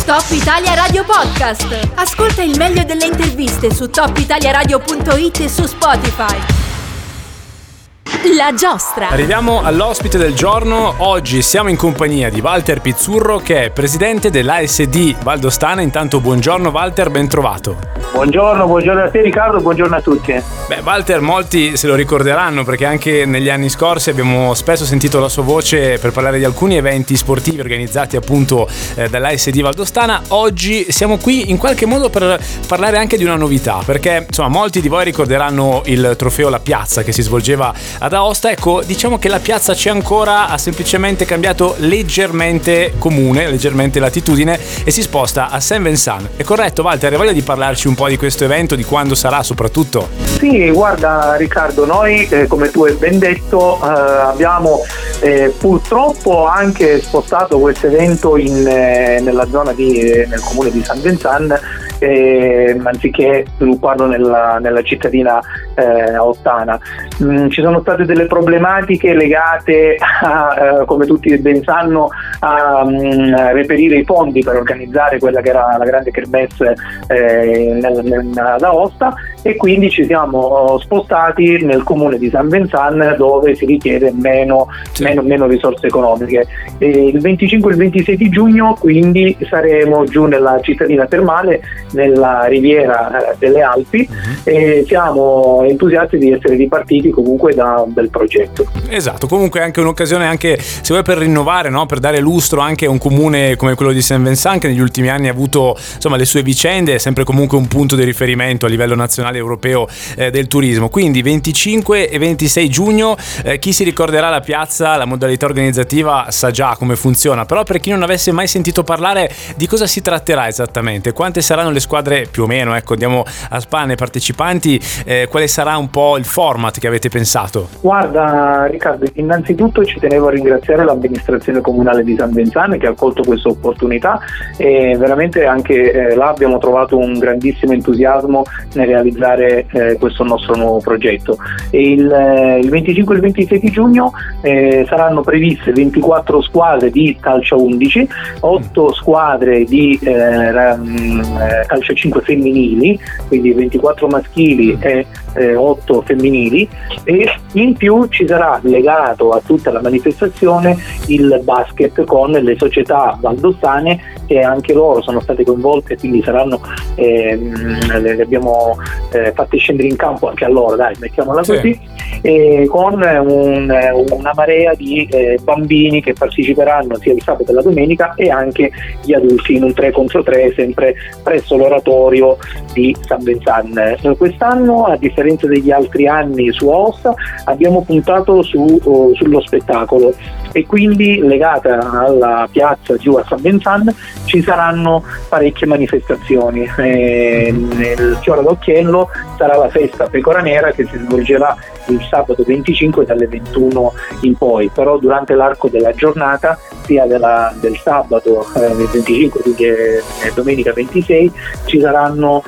Top Italia Radio Podcast. Ascolta il meglio delle interviste su topitaliaradio.it e su Spotify. La giostra. Arriviamo all'ospite del giorno. Oggi siamo in compagnia di Walter Pizzurro, che è presidente dell'ASD Valdostana. Intanto buongiorno Walter, ben trovato. Buongiorno a te Riccardo, buongiorno a tutti. Walter, molti se lo ricorderanno perché anche negli anni scorsi abbiamo spesso sentito la sua voce per parlare di alcuni eventi sportivi organizzati appunto dall'ASD Valdostana. Oggi siamo qui in qualche modo per parlare anche di una novità, perché insomma molti di voi ricorderanno il trofeo La Piazza che si svolgeva ad Aosta. Ecco, diciamo che la piazza c'è ancora, ha semplicemente cambiato leggermente latitudine e si sposta a Saint-Vincent. È corretto Walter? Hai voglia di parlarci un po' di questo evento, di quando sarà soprattutto? Sì, guarda Riccardo, noi come tu hai ben detto abbiamo purtroppo anche spostato questo evento nella zona nel comune di Saint-Vincent, anziché svilupparlo nella cittadina aostana. Ci sono state delle problematiche legate a, come tutti ben sanno, a reperire i fondi per organizzare quella che era la grande kermesse ad Aosta, e quindi ci siamo spostati nel comune di Saint-Vincent, dove si richiede meno risorse economiche. Il 25 e il 26 di giugno quindi saremo giù nella cittadina termale, nella riviera delle Alpi, e siamo entusiasti di essere ripartiti comunque da un bel progetto. Esatto, comunque è anche un'occasione, anche se vuoi, per rinnovare, no? Per dare lustro anche a un comune come quello di Saint-Vincent, che negli ultimi anni ha avuto insomma le sue vicende, è sempre comunque un punto di riferimento a livello nazionale e europeo del turismo. Quindi 25 e 26 giugno, chi si ricorderà la piazza, la modalità organizzativa sa già come funziona, però per chi non avesse mai sentito parlare, di cosa si tratterà esattamente? Quante saranno le squadre più o meno? Ecco, andiamo a spanne partecipanti, quale sarà un po' il format che avete pensato? Guarda Riccardo, innanzitutto ci tenevo a ringraziare l'amministrazione comunale di Saint-Vincent che ha colto questa opportunità, e veramente anche là abbiamo trovato un grandissimo entusiasmo nel realizzare questo nostro nuovo progetto. Il 25 e il 26 di giugno saranno previste 24 squadre di calcio 11, 8 squadre di calcio 5 femminili, quindi 24 maschili e 8 femminili, e in più ci sarà legato a tutta la manifestazione il basket con le società valdostane, che anche loro sono state coinvolte, quindi saranno le abbiamo fatte scendere in campo anche a loro, dai, mettiamola così, con una marea di bambini che parteciperanno sia il sabato che la domenica, e anche gli adulti in un 3 contro 3 sempre presso l'oratorio di Saint-Vincent. Quest'anno, a differenza degli altri anni su Aosta, abbiamo puntato sullo spettacolo, e quindi legata alla piazza giù a Saint-Vincent ci saranno parecchie manifestazioni. Nel Fiore d'Occhiello sarà la festa Pecora Nera, che si svolgerà il sabato 25 dalle 21 in poi, però durante l'arco della giornata, sia del sabato 25 che domenica 26, ci saranno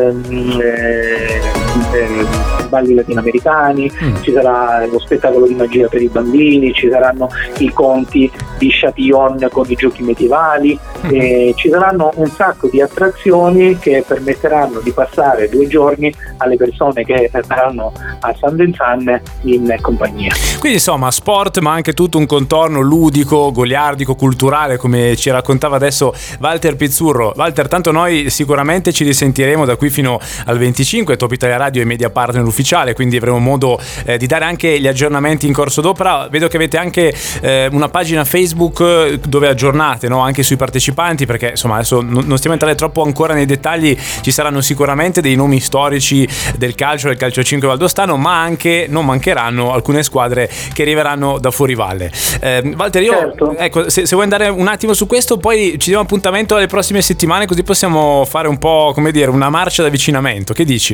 balli latinoamericani, ci sarà lo spettacolo di magia per i bambini, ci saranno i conti di Chatillon con i giochi medievali, ci saranno un sacco di attrazioni che permetteranno di passare 2 giorni alle persone che saranno a Saint-Vincent in compagnia. Quindi insomma sport, ma anche tutto un contorno ludico, goliardico, culturale, come ci raccontava adesso Walter Pizzurro. Walter, tanto noi sicuramente ci risentiremo da qui fino al 25, Top Italia Radio è media partner ufficiale, quindi avremo modo di dare anche gli aggiornamenti in corso d'opera. Vedo che avete anche una pagina Facebook dove aggiornate, no? Anche sui partecipanti, perché insomma adesso non stiamo a entrare troppo ancora nei dettagli, ci saranno sicuramente dei nomi storici del calcio 5 valdostano, ma anche non mancheranno alcune squadre che arriveranno da fuori valle. Walter, io ecco, se vuoi andare un attimo su questo, poi ci diamo appuntamento alle prossime settimane, così possiamo fare un po', come dire, una marcia d'avvicinamento. Che dici?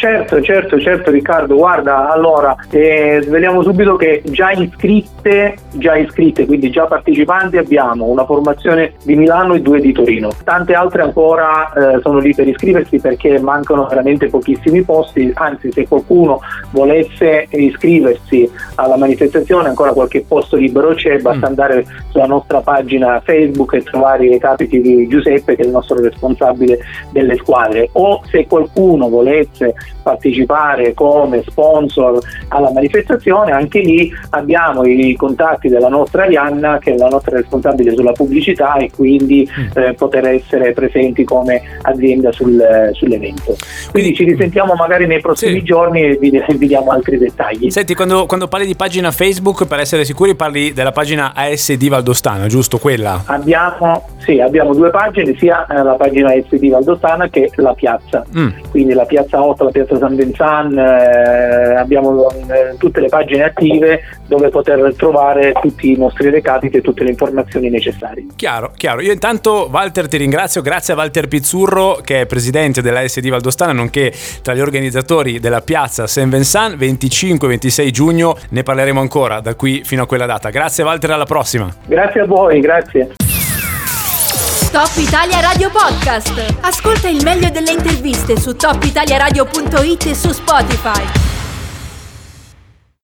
Certo Riccardo, guarda, allora sveliamo subito che già iscritte, quindi già partecipanti, abbiamo una formazione di Milano e 2 di Torino. Tante altre ancora sono lì per iscriversi perché mancano veramente pochissimi posti, anzi se qualcuno volesse iscriversi alla manifestazione ancora qualche posto libero c'è, basta andare sulla nostra pagina Facebook e trovare i recapiti di Giuseppe, che è il nostro responsabile delle squadre, o se qualcuno volesse partecipare come sponsor alla manifestazione, anche lì abbiamo i contatti della nostra Arianna, che è la nostra responsabile sulla pubblicità, e quindi poter essere presenti come azienda sull'evento. Quindi ci risentiamo magari nei prossimi giorni e vi diamo altri dettagli. Senti, quando parli di pagina Facebook, per essere sicuri parli della pagina ASD Valdostana, giusto? Quella? Abbiamo 2 pagine, sia la pagina ASD Valdostana che la piazza, quindi la piazza 8, la piazza San Vincent, abbiamo tutte le pagine attive dove poter trovare tutti i nostri recapiti e tutte le informazioni necessarie. Chiaro. Io intanto, Walter, ti ringrazio. Grazie a Walter Pizzurro, che è presidente della ASD Valdostana, nonché tra gli organizzatori della piazza Saint Vincent. 25-26 giugno ne parleremo ancora da qui fino a quella data. Grazie Walter, alla prossima. Grazie a voi, grazie. Top Italia Radio Podcast. Ascolta il meglio delle interviste su topitaliaradio.it e su Spotify.